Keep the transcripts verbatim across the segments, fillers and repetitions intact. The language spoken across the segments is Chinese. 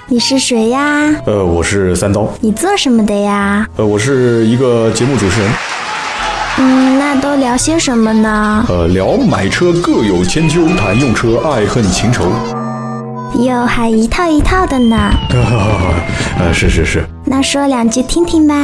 你是谁呀？ 呃，我是三刀。 你做什么的呀？ 呃，我是一个节目主持人。 嗯，那都聊些什么呢？ 呃，聊买车各有千秋，谈用车爱恨情仇。 哟，还一套一套的呢。 呃，是是是。 那说两句听听吧。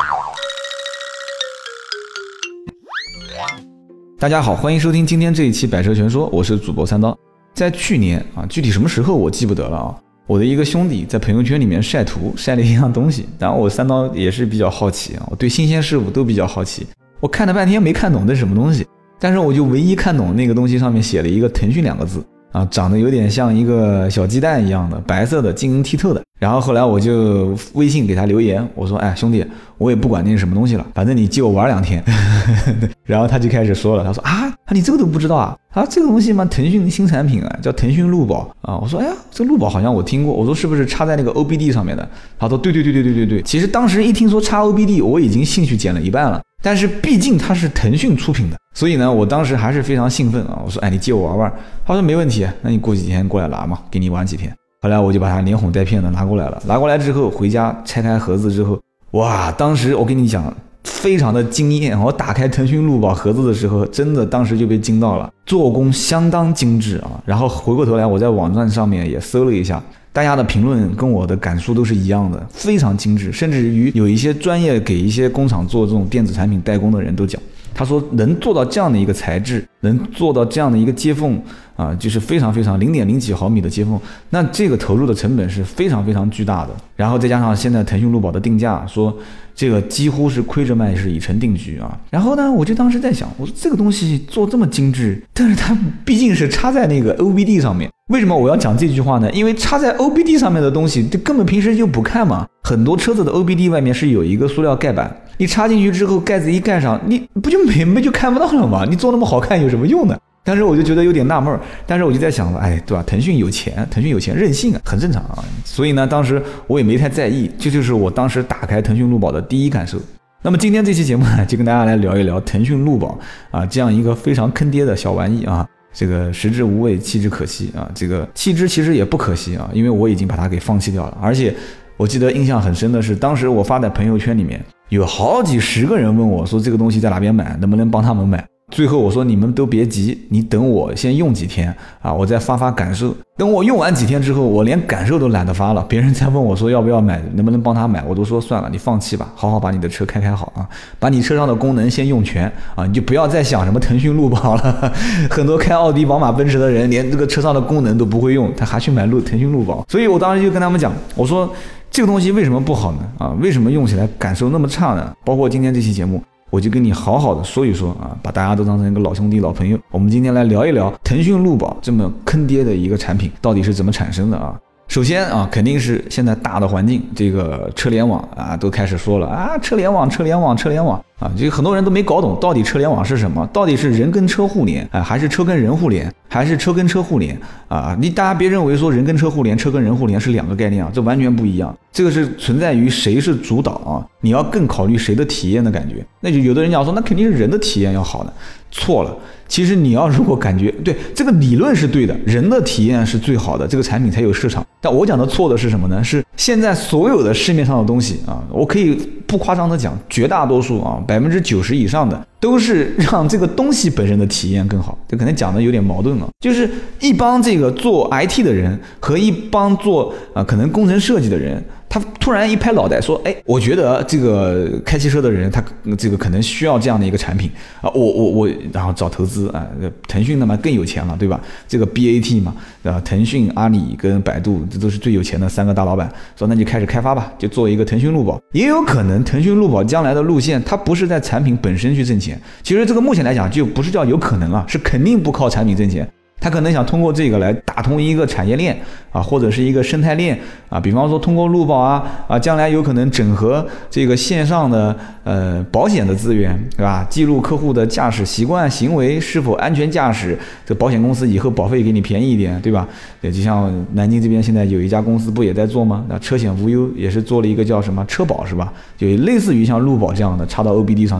大家好，欢迎收听今天这一期百车全说，我是主播三刀。在去年啊，具体什么时候我记不得了啊。我的一个兄弟在朋友圈里面晒图，晒了一样东西。然后我三刀也是比较好奇啊，我对新鲜事物都比较好奇。我看了半天没看懂这是什么东西，但是我就唯一看懂那个东西上面写了一个腾讯两个字啊，长得有点像一个小鸡蛋一样的，白色的，晶莹剔透的。然后后来我就微信给他留言，我说：“哎，兄弟，我也不管那是什么东西了，反正你借我玩两天。”然后他就开始说了，他说：“啊，你这个都不知道啊？啊，这个东西嘛，腾讯新产品啊，叫腾讯路宝啊。”我说：“哎呀，这个路宝好像我听过。”我说：“是不是插在那个 O B D 上面的？”他说：“对对对对对对对。”其实当时一听说插 O B D， 我已经兴趣减了一半了。但是毕竟它是腾讯出品的，所以呢，我当时还是非常兴奋啊！我说：“哎，你借我玩玩。”他说：“没问题，那你过几天过来拿嘛，给你玩几天。”后来我就把它连哄带骗的拿过来了。拿过来之后，回家拆开盒子之后，哇！当时我跟你讲，非常的惊艳。我打开腾讯路宝盒子的时候，真的当时就被惊到了，做工相当精致啊！然后回过头来，我在网站上面也搜了一下。大家的评论跟我的感受都是一样的，非常精致，甚至于有一些专业给一些工厂做这种电子产品代工的人都讲，他说能做到这样的一个材质，能做到这样的一个接缝啊，就是非常非常零点零几毫米的接缝，那这个投入的成本是非常非常巨大的。然后再加上现在腾讯路宝的定价，说这个几乎是亏着卖，是已成定局啊。然后呢，我就当时在想，我说这个东西做这么精致，但是它毕竟是插在那个 O B D 上面。为什么我要讲这句话呢？因为插在 O B D 上面的东西，这根本平时就不看嘛。很多车子的 O B D 外面是有一个塑料盖板，你插进去之后，盖子一盖上，你不就没没就看不到了吗？你做那么好看有什么用呢？但是我就觉得有点纳闷，但是我就在想，哎，对吧？腾讯有钱，腾讯有钱任性啊，很正常啊。所以呢，当时我也没太在意，这就是我当时打开腾讯路宝的第一感受。那么今天这期节目呢，就跟大家来聊一聊腾讯路宝啊，这样一个非常坑爹的小玩意啊。这个食之无味，弃之可惜啊！这个弃之其实也不可惜啊，因为我已经把它给放弃掉了。而且我记得印象很深的是，当时我发在朋友圈里面，有好几十个人问我说这个东西在哪边买，能不能帮他们买。最后我说你们都别急，你等我先用几天啊，我再发发感受。等我用完几天之后，我连感受都懒得发了。别人再问我说要不要买，能不能帮他买，我都说算了，你放弃吧，好好把你的车开开好啊，把你车上的功能先用全啊，你就不要再想什么腾讯路宝了。很多开奥迪、宝马、奔驰的人，连这个车上的功能都不会用，他还去买路腾讯路宝。所以我当时就跟他们讲，我说这个东西为什么不好呢？啊，为什么用起来感受那么差呢？包括今天这期节目。我就跟你好好的说一说啊，把大家都当成一个老兄弟老朋友。我们今天来聊一聊腾讯路宝这么坑爹的一个产品到底是怎么产生的啊。首先啊，肯定是现在大的环境，这个车联网啊都开始说了啊，车联网车联网车联网啊，这个很多人都没搞懂到底车联网是什么，到底是人跟车互联啊，还是车跟人互联，还是车跟车互联啊？你大家别认为说人跟车互联，车跟人互联是两个概念啊，这完全不一样。这个是存在于谁是主导啊，你要更考虑谁的体验的感觉。那就有的人讲说，那肯定是人的体验要好的，错了。其实你要如果感觉对这个理论是对的，人的体验是最好的，这个产品才有市场。但我讲的错的是什么呢？是现在所有的市面上的东西啊，我可以不夸张的讲，绝大多数啊，百分之九十以上的都是让这个东西本身的体验更好。这可能讲的有点矛盾了，就是一帮这个做 I T 的人和一帮做啊可能工程设计的人。他突然一拍脑袋说，哎，我觉得这个开汽车的人他这个可能需要这样的一个产品啊，我我我然后找投资啊，腾讯那么更有钱了，对吧？这个 B A T 嘛，啊，腾讯、阿里跟百度这都是最有钱的三个大老板，说那就开始开发吧，就做一个腾讯路宝。也有可能腾讯路宝将来的路线它不是在产品本身去挣钱，其实这个目前来讲就不是叫有可能了，是肯定不靠产品挣钱。他可能想通过这个来打通一个产业链啊，或者是一个生态链啊，比方说通过路宝啊啊，将来有可能整合这个线上的呃保险的资源，对吧？记录客户的驾驶习惯、行为是否安全驾驶，这保险公司以后保费给你便宜一点，对吧？对，就像南京这边现在有一家公司不也在做吗？那车险无忧也是做了一个叫什么车保是吧？就类似于像路宝这样的插到 O B D 上面。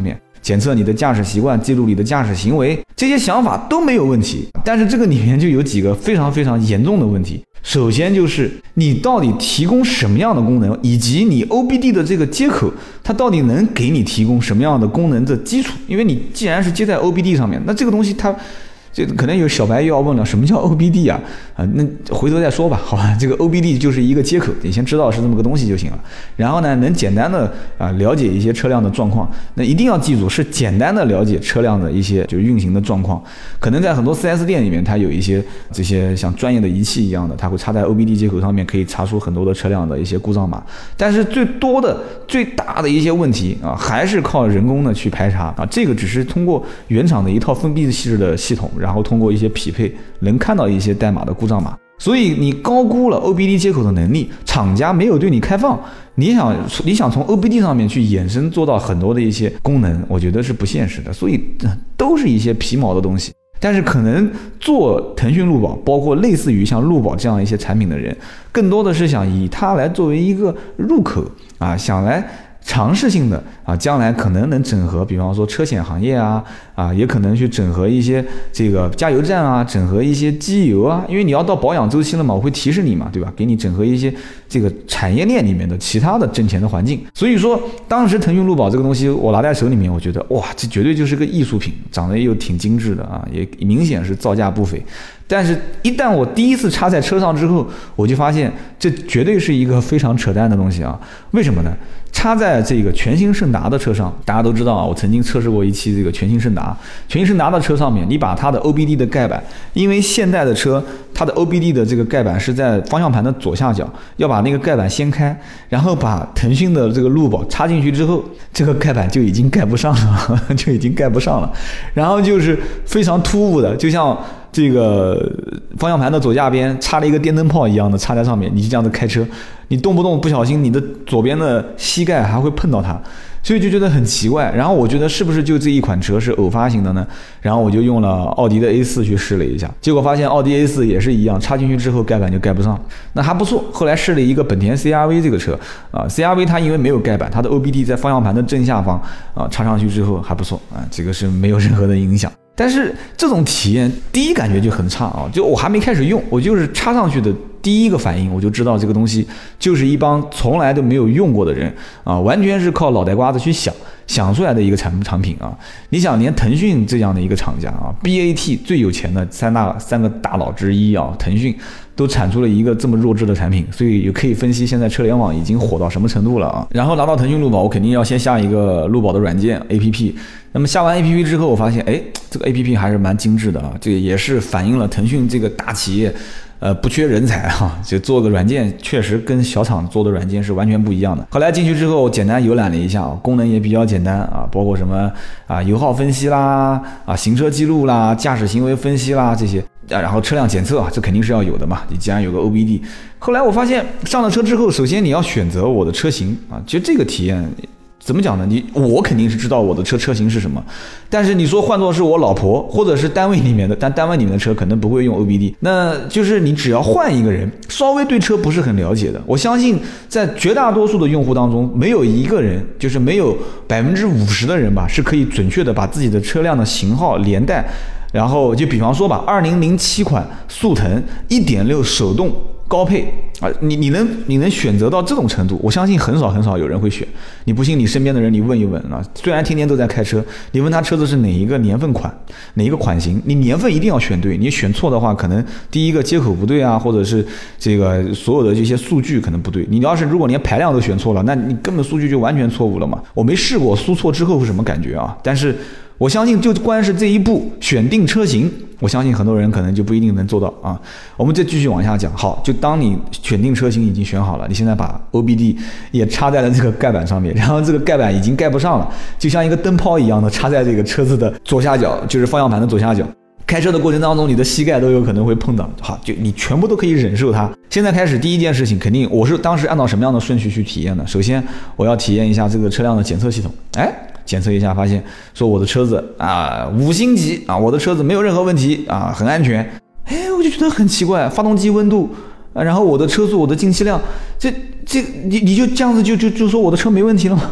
检测你的驾驶习惯，记录你的驾驶行为，这些想法都没有问题。但是这个里面就有几个非常非常严重的问题。首先就是你到底提供什么样的功能，以及你 O B D 的这个接口它到底能给你提供什么样的功能的基础。因为你既然是接在 O B D 上面，那这个东西它这可能有小白又要问了，什么叫 O B D 啊？啊，那回头再说吧，好吧。这个 O B D 就是一个接口，你先知道是这么个东西就行了。然后呢，能简单的啊了解一些车辆的状况。那一定要记住，是简单的了解车辆的一些就是运行的状况。可能在很多 四 S 店里面，它有一些这些像专业的仪器一样的，它会插在 O B D 接口上面，可以查出很多的车辆的一些故障码。但是最多的、最大的一些问题啊，还是靠人工的去排查啊。这个只是通过原厂的一套封闭式的系统，然后通过一些匹配能看到一些代码的故障码。所以你高估了 O B D 接口的能力，厂家没有对你开放，你想你想从 O B D 上面去衍生做到很多的一些功能，我觉得是不现实的。所以都是一些皮毛的东西。但是可能做腾讯路宝，包括类似于像路宝这样一些产品的人，更多的是想以它来作为一个入口啊，想来尝试性的啊，将来可能能整合，比方说车险行业啊，啊，也可能去整合一些这个加油站啊，整合一些机油啊，因为你要到保养周期了嘛，我会提示你嘛，对吧？给你整合一些这个产业链里面的其他的挣钱的环境。所以说，当时腾讯路宝这个东西我拿在手里面，我觉得哇，这绝对就是个艺术品，长得又挺精致的啊，也明显是造价不菲。但是，一旦我第一次插在车上之后，我就发现这绝对是一个非常扯淡的东西啊！为什么呢？插在这个全新胜达的车上，大家都知道啊，我曾经测试过一期这个全新胜达。全新胜达的车上面，你把它的 O B D 的盖板，因为现代的车它的 O B D 的这个盖板是在方向盘的左下角，要把那个盖板掀开，然后把腾讯的这个路宝插进去之后，这个盖板就已经盖不上了，就已经盖不上了。然后就是非常突兀的，就像这个方向盘的左下边插了一个电灯泡一样的插在上面，你就这样子开车，你动不动不小心你的左边的膝盖还会碰到它，所以就觉得很奇怪。然后我觉得是不是就这一款车是偶发型的呢？然后我就用了奥迪的 A 四 去试了一下，结果发现奥迪 A 四 也是一样，插进去之后盖板就盖不上，那还不错。后来试了一个本田 C R V 这个车啊 ，C R V 它因为没有盖板，它的 O B D 在方向盘的正下方啊，插上去之后还不错啊，这个是没有任何的影响。但是这种体验第一感觉就很差啊！就我还没开始用，我就是插上去的第一个反应，我就知道这个东西就是一帮从来都没有用过的人啊，完全是靠脑袋瓜子去想想出来的一个产产品啊！你想，连腾讯这样的一个厂家啊 ，B A T 最有钱的三大三个大佬之一啊，腾讯都产出了一个这么弱智的产品，所以也可以分析现在车联网已经火到什么程度了啊！然后拿到腾讯路宝，我肯定要先下一个路宝的软件 A P P。那么下完 A P P 之后，我发现，哎，这个 A P P 还是蛮精致的啊，这个也是反映了腾讯这个大企业，呃，不缺人才哈，就做个软件，确实跟小厂做的软件是完全不一样的。后来进去之后，简单游览了一下，功能也比较简单啊，包括什么啊油耗分析啦，啊行车记录啦，驾驶行为分析啦这些。啊，然后车辆检测啊，这肯定是要有的嘛。你既然有个 O B D， 后来我发现上了车之后，首先你要选择我的车型啊，其实这个体验怎么讲呢？你我肯定是知道我的车车型是什么，但是你说换作是我老婆或者是单位里面的，但单位里面的车可能不会用 O B D， 那就是你只要换一个人，稍微对车不是很了解的，我相信在绝大多数的用户当中，没有一个人，就是没有百分之五十的人吧，是可以准确的把自己的车辆的型号连带。然后就比方说吧，二零零七款速腾 一点六 手动高配啊，你你能你能选择到这种程度，我相信很少很少有人会选。你不信你身边的人你问一问啊，虽然天天都在开车，你问他车子是哪一个年份款，哪一个款型，你年份一定要选对，你选错的话，可能第一个接口不对啊，或者是这个所有的这些数据可能不对。你要是如果连排量都选错了，那你根本数据就完全错误了嘛。我没试过输错之后是什么感觉啊，但是我相信就光是这一步选定车型，我相信很多人可能就不一定能做到啊。我们再继续往下讲，好，就当你选定车型已经选好了，你现在把 O B D 也插在了这个盖板上面，然后这个盖板已经盖不上了，就像一个灯泡一样的插在这个车子的左下角，就是方向盘的左下角。开车的过程当中，你的膝盖都有可能会碰到，好，就你全部都可以忍受它。现在开始第一件事情，肯定我是当时按照什么样的顺序去体验的？首先，我要体验一下这个车辆的检测系统，哎。检测一下，发现说我的车子啊五星级啊，我的车子没有任何问题啊，很安全。哎，我就觉得很奇怪，发动机温度啊，然后我的车速、我的进气量，这这你你就这样子就就就说我的车没问题了吗？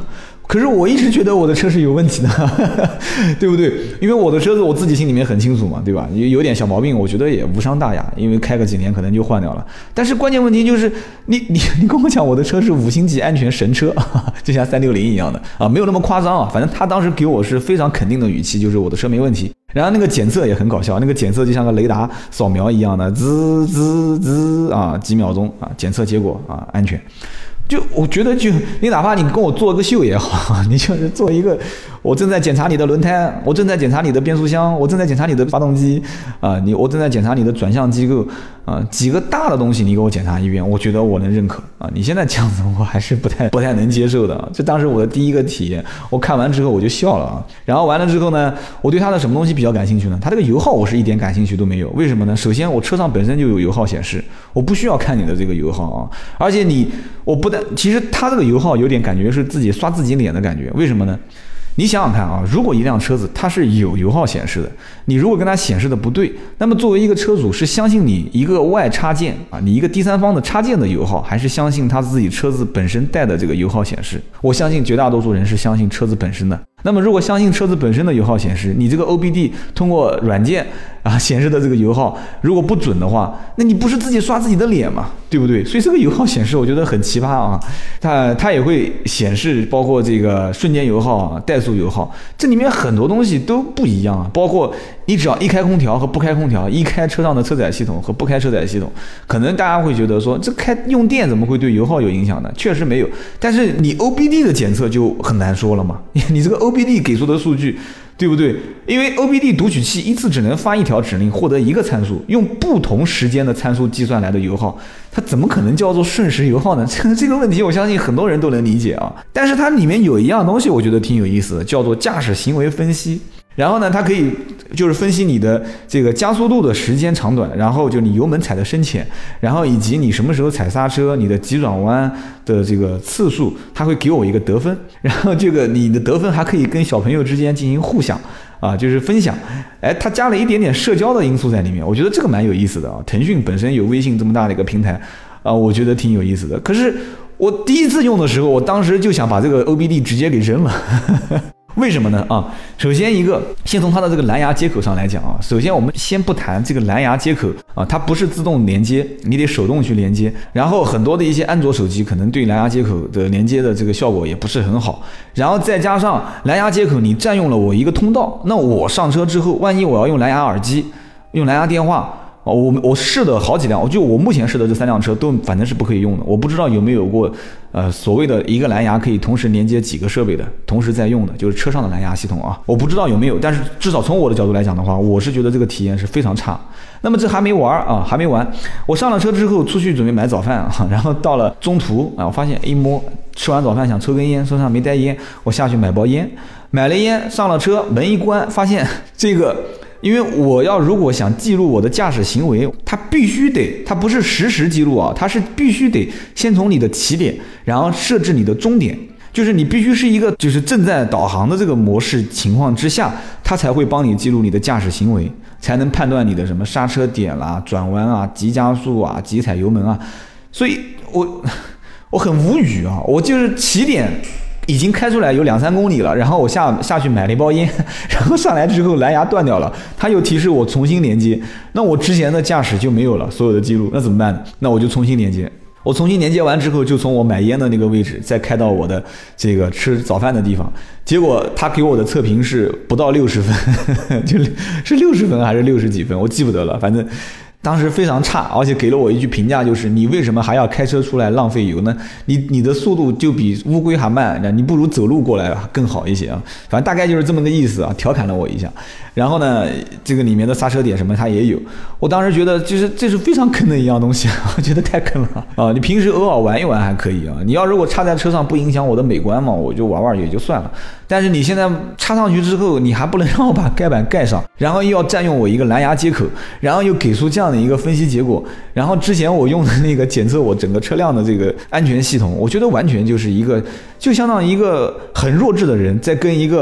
可是我一直觉得我的车是有问题的，对不对？因为我的车子我自己心里面很清楚嘛，对吧？有点小毛病，我觉得也无伤大雅，因为开个几年可能就换掉了。但是关键问题就是，你你你跟我讲我的车是五星级安全神车，就像三六零一样的啊，没有那么夸张啊。反正他当时给我是非常肯定的语气，就是我的车没问题。然后那个检测也很搞笑，那个检测就像个雷达扫描一样的，滋滋滋啊，几秒钟啊，检测结果啊，安全。就我觉得就你哪怕你跟我做个秀也好，你就是做一个，我正在检查你的轮胎，我正在检查你的变速箱，我正在检查你的发动机啊，你我正在检查你的转向机构啊，几个大的东西你给我检查一遍，我觉得我能认可啊。你现在这样子我还是不太不太能接受的。这当时我的第一个体验，我看完之后我就笑了啊。然后完了之后呢，我对它的什么东西比较感兴趣呢？它这个油耗我是一点感兴趣都没有。为什么呢？首先我车上本身就有油耗显示，我不需要看你的这个油耗啊。而且你我不但其实它这个油耗有点感觉是自己刷自己脸的感觉。为什么呢？你想想看啊，如果一辆车子它是有油耗显示的，你如果跟它显示的不对，那么作为一个车主是相信你一个外插件啊，你一个第三方的插件的油耗，还是相信他自己车子本身带的这个油耗显示？我相信绝大多数人是相信车子本身的。那么如果相信车子本身的油耗显示，你这个 O B D 通过软件啊显示的这个油耗如果不准的话，那你不是自己刷自己的脸吗？对不对？所以这个油耗显示我觉得很奇葩啊，它它也会显示包括这个瞬间油耗啊、怠速油耗，这里面很多东西都不一样啊，包括你只要一开空调和不开空调，一开车上的车载系统和不开车载系统，可能大家会觉得说这开用电怎么会对油耗有影响呢？确实没有，但是你 O B D 的检测就很难说了嘛，你这个 O B D 给出的数据，对不对？因为 O B D 读取器一次只能发一条指令，获得一个参数，用不同时间的参数计算来的油耗，它怎么可能叫做瞬时油耗呢？这个这个问题我相信很多人都能理解啊。但是它里面有一样东西我觉得挺有意思的，叫做驾驶行为分析。然后呢，它可以就是分析你的这个加速度的时间长短，然后就你油门踩的深浅，然后以及你什么时候踩刹车，你的急转弯的这个次数，它会给我一个得分。然后这个你的得分还可以跟小朋友之间进行互享啊，就是分享。哎，它加了一点点社交的因素在里面，我觉得这个蛮有意思的啊。腾讯本身有微信这么大的一个平台啊，我觉得挺有意思的。可是我第一次用的时候，我当时就想把这个 O B D 直接给扔了。为什么呢？啊，首先一个，先从它的这个蓝牙接口上来讲啊，首先我们先不谈这个蓝牙接口啊，它不是自动连接，你得手动去连接。然后很多的一些安卓手机可能对蓝牙接口的连接的这个效果也不是很好。然后再加上蓝牙接口你占用了我一个通道，那我上车之后，万一我要用蓝牙耳机、用蓝牙电话。我我试的好几辆，就我目前试的这三辆车都反正是不可以用的。我不知道有没有过，呃，所谓的一个蓝牙可以同时连接几个设备的，同时在用的，就是车上的蓝牙系统啊。我不知道有没有，但是至少从我的角度来讲的话，我是觉得这个体验是非常差。那么这还没完啊，还没完。我上了车之后出去准备买早饭啊，然后到了中途啊，我发现一摸，吃完早饭想抽根烟，身上没带烟，我下去买包烟，买了烟上了车，门一关，发现这个。因为我要如果想记录我的驾驶行为，它必须得，它不是实时记录啊，它是必须得先从你的起点，然后设置你的终点，就是你必须是一个就是正在导航的这个模式情况之下，它才会帮你记录你的驾驶行为，才能判断你的什么刹车点啦、转弯啊、急加速啊、急踩油门啊。所以我我很无语啊，我就是起点。已经开出来有两三公里了，然后我下下去买了一包烟，然后上来之后蓝牙断掉了，它又提示我重新连接，那我之前的驾驶就没有了所有的记录，那怎么办呢？那我就重新连接，我重新连接完之后，就从我买烟的那个位置再开到我的这个吃早饭的地方，结果他给我的测评是不到六十分，就是六十分还是六十几分，我记不得了，反正。当时非常差，而且给了我一句评价，就是你为什么还要开车出来浪费油呢？你你的速度就比乌龟还慢，你不如走路过来更好一些啊。反正大概就是这么个意思啊，调侃了我一下。然后呢，这个里面的刹车点什么它也有，我当时觉得就是这是非常坑的一样东西，我觉得太坑了啊！你平时偶尔玩一玩还可以啊，你要如果插在车上不影响我的美观嘛，我就玩玩也就算了。但是你现在插上去之后，你还不能让我把盖板盖上，然后又要占用我一个蓝牙接口，然后又给出这样的一个分析结果，然后之前我用的那个检测我整个车辆的这个安全系统，我觉得完全就是一个就相当于一个很弱智的人在跟一个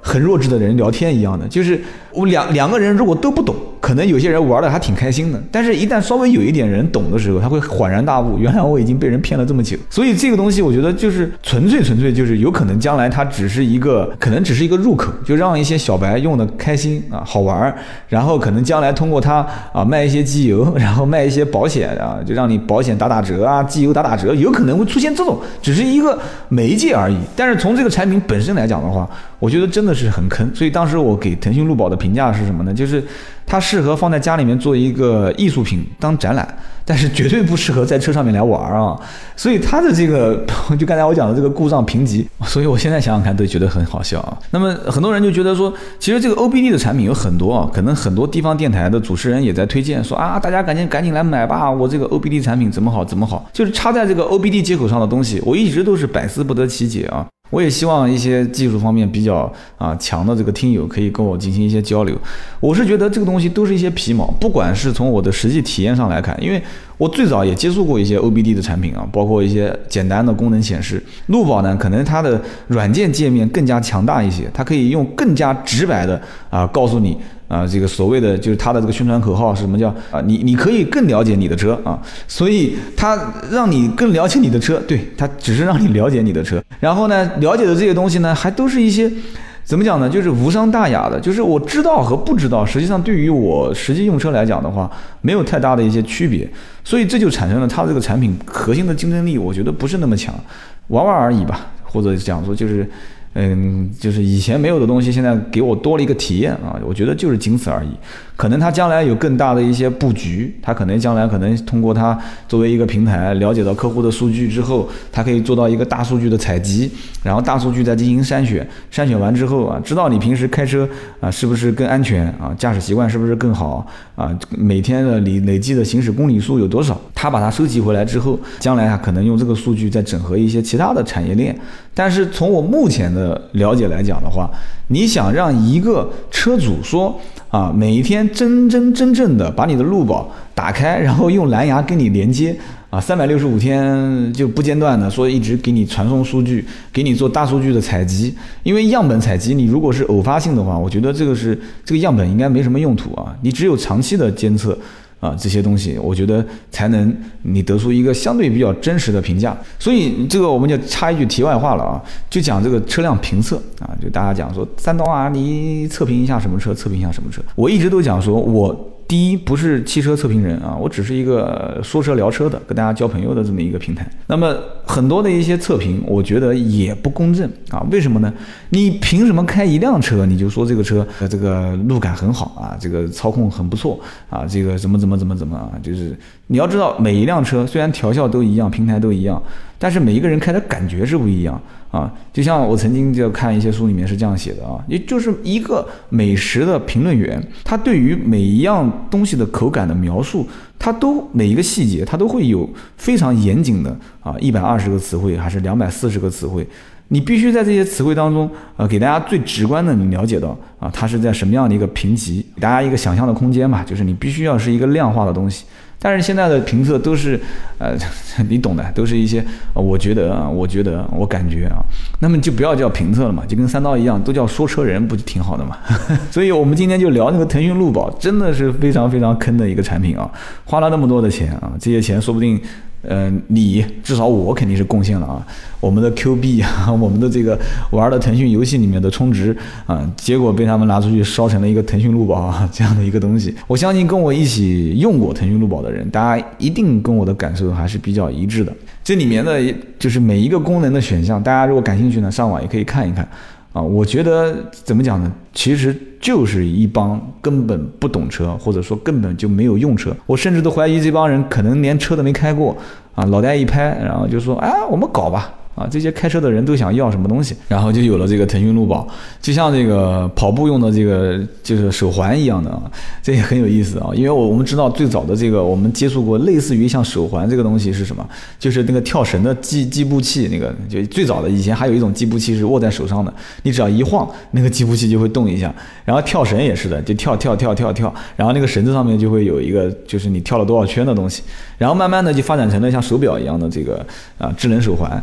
很弱智的人聊天一样的，就是我两两个人如果都不懂，可能有些人玩的还挺开心的，但是一旦稍微有一点人懂的时候，他会恍然大悟，原来我已经被人骗了这么久。所以这个东西我觉得就是纯粹纯粹就是有可能将来它只是一个，可能只是一个入口，就让一些小白用的开心啊，好玩，然后可能将来通过它啊卖一些机油，然后卖一些保险啊，就让你保险打打折啊，机油打打折，有可能会出现这种，只是一个媒介而已。但是从这个产品本身来讲的话，我觉得真的是很坑。所以当时我给腾讯路宝的评价是什么呢？就是它适合放在家里面做一个艺术品当展览，但是绝对不适合在车上面来玩啊。所以它的这个就刚才我讲的这个故障评级，所以我现在想想看都觉得很好笑啊。那么很多人就觉得说，其实这个 O B D 的产品有很多啊，可能很多地方电台的主持人也在推荐说啊，大家赶紧赶紧来买吧，我这个 O B D 产品怎么好怎么好，就是插在这个 O B D 接口上的东西，我一直都是百思不得其解啊。我也希望一些技术方面比较啊强的这个听友可以跟我进行一些交流。我是觉得这个东西都是一些皮毛，不管是从我的实际体验上来看，因为我最早也接触过一些 O B D 的产品啊，包括一些简单的功能显示。路宝呢，可能它的软件界面更加强大一些，它可以用更加直白的啊告诉你。啊，这个所谓的就是它的这个宣传口号是什么叫啊？你你可以更了解你的车啊，所以它让你更了解你的车，对，它只是让你了解你的车。然后呢，了解的这些东西呢，还都是一些怎么讲呢？就是无伤大雅的，就是我知道和不知道，实际上对于我实际用车来讲的话，没有太大的一些区别。所以这就产生了它这个产品核心的竞争力，我觉得不是那么强，玩玩而已吧，或者讲说就是。嗯，就是以前没有的东西，现在给我多了一个体验啊，我觉得就是仅此而已。可能它将来有更大的一些布局，它可能将来可能通过它作为一个平台，了解到客户的数据之后，它可以做到一个大数据的采集，然后大数据再进行筛选，筛选完之后啊，知道你平时开车啊是不是更安全啊，驾驶习惯是不是更好啊，每天的累累计的行驶公里数有多少，它把它收集回来之后，将来啊可能用这个数据再整合一些其他的产业链。但是从我目前的了解来讲的话，你想让一个车主说啊，每一天真真真正的把你的路宝打开，然后用蓝牙跟你连接啊，三百六十五天就不间断的说一直给你传送数据，给你做大数据的采集。因为样本采集你如果是偶发性的话，我觉得这个是这个样本应该没什么用途啊，你只有长期的监测。啊，这些东西我觉得才能你得出一个相对比较真实的评价。所以这个我们就插一句题外话了啊，就讲这个车辆评测啊，就大家讲说三刀啊，你测评一下什么车，测评一下什么车。我一直都讲说，我第一不是汽车测评人啊，我只是一个说车聊车的，跟大家交朋友的这么一个平台。那么很多的一些测评，我觉得也不公正啊。为什么呢？你凭什么开一辆车你就说这个车的这个路感很好啊，这个操控很不错啊，这个怎么怎么怎么怎么啊？就是你要知道，每一辆车虽然调校都一样，平台都一样，但是每一个人开的感觉是不一样啊。就像我曾经就看一些书里面是这样写的啊，也就是一个美食的评论员，他对于每一样东西的口感的描述，他都每一个细节他都会有非常严谨的啊，一百二十个词汇还是两百四十个词汇，你必须在这些词汇当中呃，给大家最直观的了解到啊，它是在什么样的一个评级，给大家一个想象的空间嘛，就是你必须要是一个量化的东西。但是现在的评测都是，呃，你懂的，都是一些，呃、我觉得啊，我觉得，我感觉啊，那么就不要叫评测了嘛，就跟三刀一样，都叫说车人，不就挺好的嘛？所以我们今天就聊那个腾讯路宝，真的是非常非常坑的一个产品啊，花了那么多的钱啊，这些钱说不定。呃，你至少我肯定是贡献了啊，我们的 Q 币啊，我们的这个玩的腾讯游戏里面的充值啊，结果被他们拿出去烧成了一个腾讯路宝啊这样的一个东西。我相信跟我一起用过腾讯路宝的人，大家一定跟我的感受还是比较一致的。这里面的就是每一个功能的选项，大家如果感兴趣呢，上网也可以看一看。啊，我觉得怎么讲呢？其实就是一帮根本不懂车，或者说根本就没有用车。我甚至都怀疑这帮人可能连车都没开过啊，脑袋一拍，然后就说：“哎，我们搞吧。”啊，这些开车的人都想要什么东西，然后就有了这个腾讯路宝，就像这个跑步用的这个就是手环一样的啊，这也很有意思啊。因为我我们知道最早的这个我们接触过类似于像手环这个东西是什么，就是那个跳绳的计计步器，那个就最早的以前还有一种计步器是握在手上的，你只要一晃，那个计步器就会动一下。然后跳绳也是的，就跳跳跳跳跳，然后那个绳子上面就会有一个就是你跳了多少圈的东西。然后慢慢的就发展成了像手表一样的这个啊智能手环，就是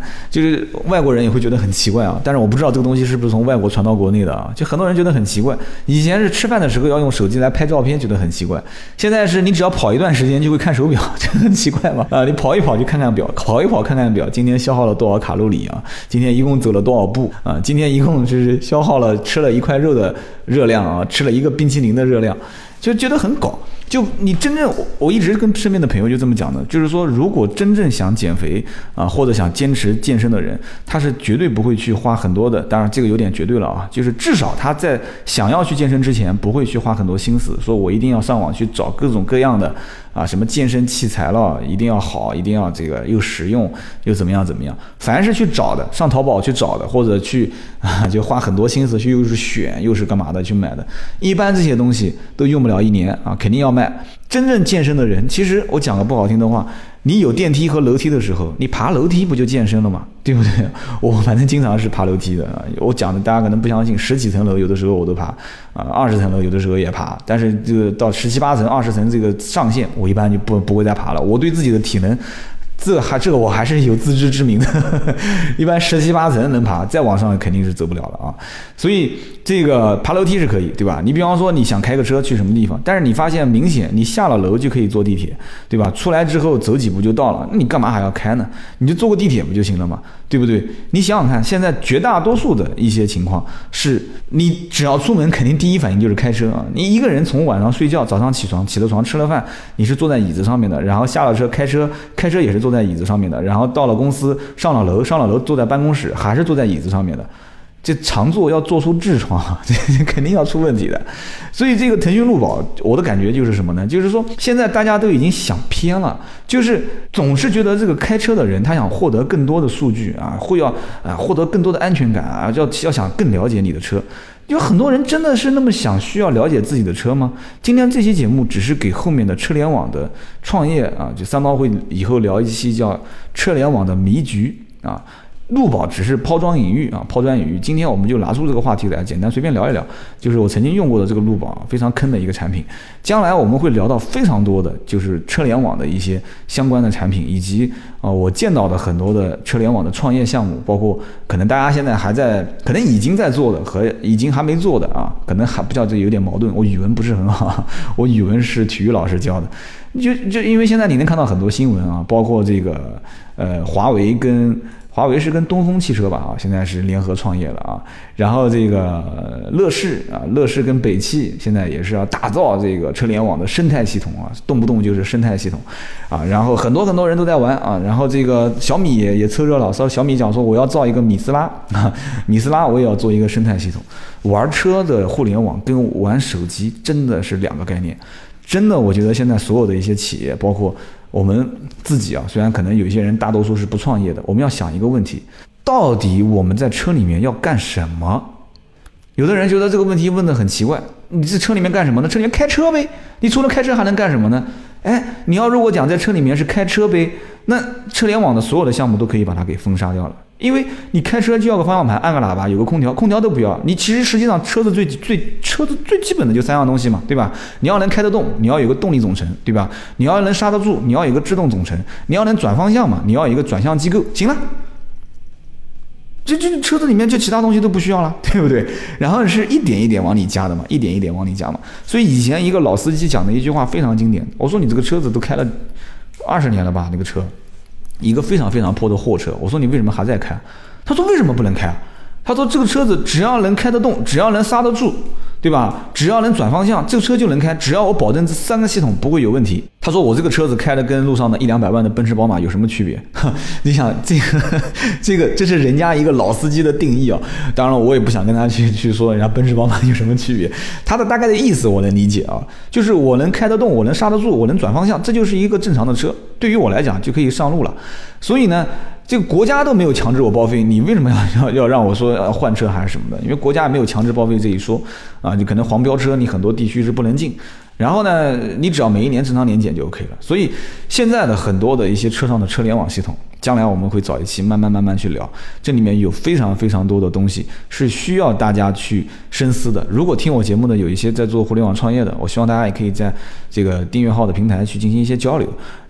就是外国人也会觉得很奇怪啊。但是我不知道这个东西是不是从外国传到国内的啊，就很多人觉得很奇怪。以前是吃饭的时候要用手机来拍照片，觉得很奇怪，现在是你只要跑一段时间就会看手表，这很奇怪吗？啊，你跑一跑就看看表，跑一跑看看表，今天消耗了多少卡路里啊？今天一共走了多少步啊？今天一共就是消耗了吃了一块肉的热量啊，吃了一个冰淇淋的热量，就觉得很搞。就你真正，我一直跟身边的朋友就这么讲的，就是说，如果真正想减肥啊，或者想坚持健身的人，他是绝对不会去花很多的，当然这个有点绝对了啊，就是至少他在想要去健身之前，不会去花很多心思，说我一定要上网去找各种各样的啊什么健身器材了，一定要好，一定要这个又实用又怎么样怎么样，凡是去找的，上淘宝去找的，或者去啊就花很多心思去又是选又是干嘛的去买的，一般这些东西都用不了一年啊，肯定要卖。真正健身的人，其实我讲个不好听的话，你有电梯和楼梯的时候，你爬楼梯不就健身了吗？对不对？我反正经常是爬楼梯的啊。我讲的大家可能不相信，十几层楼有的时候我都爬啊，二十层楼有的时候也爬，但是这个到十七八层、二十层这个上限，我一般就不不会再爬了。我对自己的体能。这还这个我还是有自知之明的，呵呵，一般十七八层能爬，再往上肯定是走不了了啊。所以这个爬楼梯是可以，对吧？你比方说你想开个车去什么地方，但是你发现明显你下了楼就可以坐地铁，对吧？出来之后走几步就到了，那你干嘛还要开呢？你就坐个地铁不就行了嘛，对不对？你想想看，现在绝大多数的一些情况是，你只要出门肯定第一反应就是开车啊。你一个人从晚上睡觉，早上起床起了床吃了饭，你是坐在椅子上面的，然后下了车开车，开车也是坐在椅子上面的，然后到了公司上了楼，上了楼坐在办公室还是坐在椅子上面的，这常坐要做出痔疮，这肯定要出问题的。所以这个腾讯路宝，我的感觉就是什么呢？就是说现在大家都已经想偏了，就是总是觉得这个开车的人他想获得更多的数据啊，会要啊获得更多的安全感啊，要要想更了解你的车。有很多人真的是那么想需要了解自己的车吗？今天这期节目只是给后面的车联网的创业啊，就三刀会以后聊一期叫车联网的迷局啊。路宝只是抛砖引玉啊，抛砖引玉。今天我们就拿出这个话题来，简单随便聊一聊，就是我曾经用过的这个路宝非常坑的一个产品。将来我们会聊到非常多的，就是车联网的一些相关的产品，以及啊、呃、我见到的很多的车联网的创业项目，包括可能大家现在还在，可能已经在做的和已经还没做的啊，可能还不叫这有点矛盾。我语文不是很好，我语文是体育老师教的。就就因为现在你能看到很多新闻啊，包括这个呃华为跟。华为是跟东风汽车吧啊，现在是联合创业了啊。然后这个乐视啊，乐视跟北汽现在也是要打造这个车联网的生态系统啊，动不动就是生态系统啊。然后很多很多人都在玩啊。然后这个小米也也凑热闹，说小米讲说我要造一个米斯拉啊，米斯拉我也要做一个生态系统。玩车的互联网跟玩手机真的是两个概念。真的，我觉得现在所有的一些企业，包括我们自己啊，虽然可能有一些人大多数是不创业的，我们要想一个问题：到底我们在车里面要干什么？有的人觉得这个问题问得很奇怪，你在车里面干什么呢？车里面开车呗，你除了开车还能干什么呢？哎，你要如果讲在车里面是开车呗，那车联网的所有的项目都可以把它给封杀掉了。因为你开车就要个方向盘，按个喇叭，有个空调，空调都不要。你其实实际上车子最最车子最基本的就三样东西嘛，对吧？你要能开得动，你要有个动力总成，对吧？你要能刹得住，你要有个制动总成，你要能转方向嘛，你要有一个转向机构，行了。这这车子里面这其他东西都不需要了，对不对？然后是一点一点往里加的嘛，一点一点往里加嘛。所以以前一个老司机讲的一句话非常经典，我说你这个车子都开了二十年了吧，那个车。一个非常非常破的货车，我说你为什么还在开？他说为什么不能开？他说这个车子只要能开得动，只要能刹得住，对吧？只要能转方向，这个车就能开。只要我保证这三个系统不会有问题。他说我这个车子开的跟路上的一两百万的奔驰宝马有什么区别？你想这个这个这是人家一个老司机的定义啊。当然了，我也不想跟他去去说人家奔驰宝马有什么区别。他的大概的意思我能理解啊，就是我能开得动，我能刹得住，我能转方向，这就是一个正常的车。对于我来讲就可以上路了。所以呢。这个国家都没有强制我报废，你为什么要要要让我说要换车还是什么的？因为国家没有强制报废这一说啊，你可能黄标车你很多地区是不能进，然后呢，你只要每一年正常年检就 OK 了。所以现在的很多的一些车上的车联网系统，将来我们会找一期慢慢慢慢去聊，这里面有非常非常多的东西是需要大家去深思的。如果听我节目的有一些在做互联网创业的，我希望大家也可以在这个订阅号的平台去进行一些交流。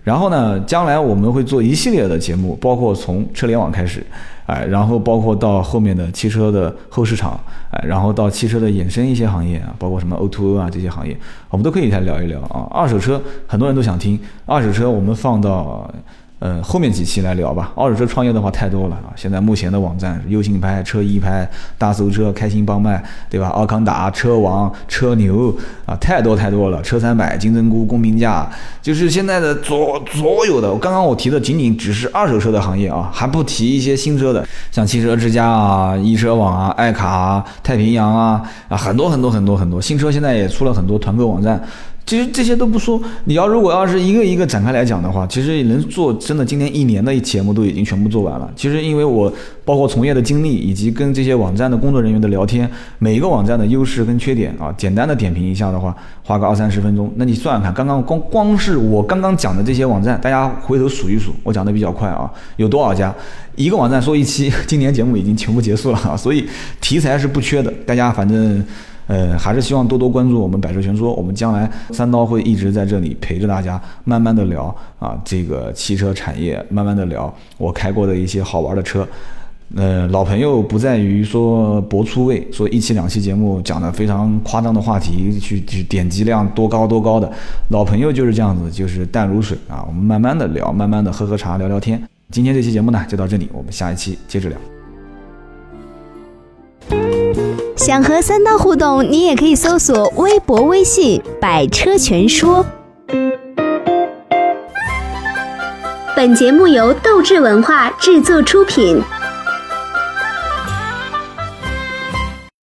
然后呢，将来我们会做一系列的节目，包括从车联网开始，哎，然后包括到后面的汽车的后市场，哎，然后到汽车的衍生一些行业啊，包括什么 O to O 啊这些行业，我们都可以来聊一聊啊。二手车很多人都想听，二手车我们放到呃，后面几期来聊吧。二手车创业的话太多了啊！现在目前的网站，优信拍、车一拍、大搜车、开心帮卖，对吧？奥康达、车王、车牛啊，太多太多了。车三百、金针菇、公平价，就是现在的所所有的。刚刚我提的仅仅只是二手车的行业啊，还不提一些新车的，像汽车之家啊、易车网啊、爱卡啊、太平洋啊啊，很多很多很多很多。新车现在也出了很多团购网站。其实这些都不说，你要如果要是一个一个展开来讲的话，其实能做真的今年一年的节目都已经全部做完了。其实因为我包括从业的经历以及跟这些网站的工作人员的聊天，每一个网站的优势跟缺点啊，简单的点评一下的话，花个二三十分钟，那你算算看，刚刚光光是我刚刚讲的这些网站，大家回头数一数，我讲的比较快啊，有多少家？一个网站说一期，今年节目已经全部结束了啊，所以题材是不缺的，大家反正。呃，还是希望多多关注我们百车全说，我们将来三刀会一直在这里陪着大家，慢慢的聊啊，这个汽车产业，慢慢的聊我开过的一些好玩的车。呃，老朋友不在于说博出位，说一期两期节目讲的非常夸张的话题，去去点击量多高多高的，老朋友就是这样子，就是淡如水啊，我们慢慢的聊，慢慢的喝喝茶，聊聊天。今天这期节目呢就到这里，我们下一期接着聊。 想和三刀互动，你也可以搜索微博、微信“百车全说”。本节目由斗志文化制作出品。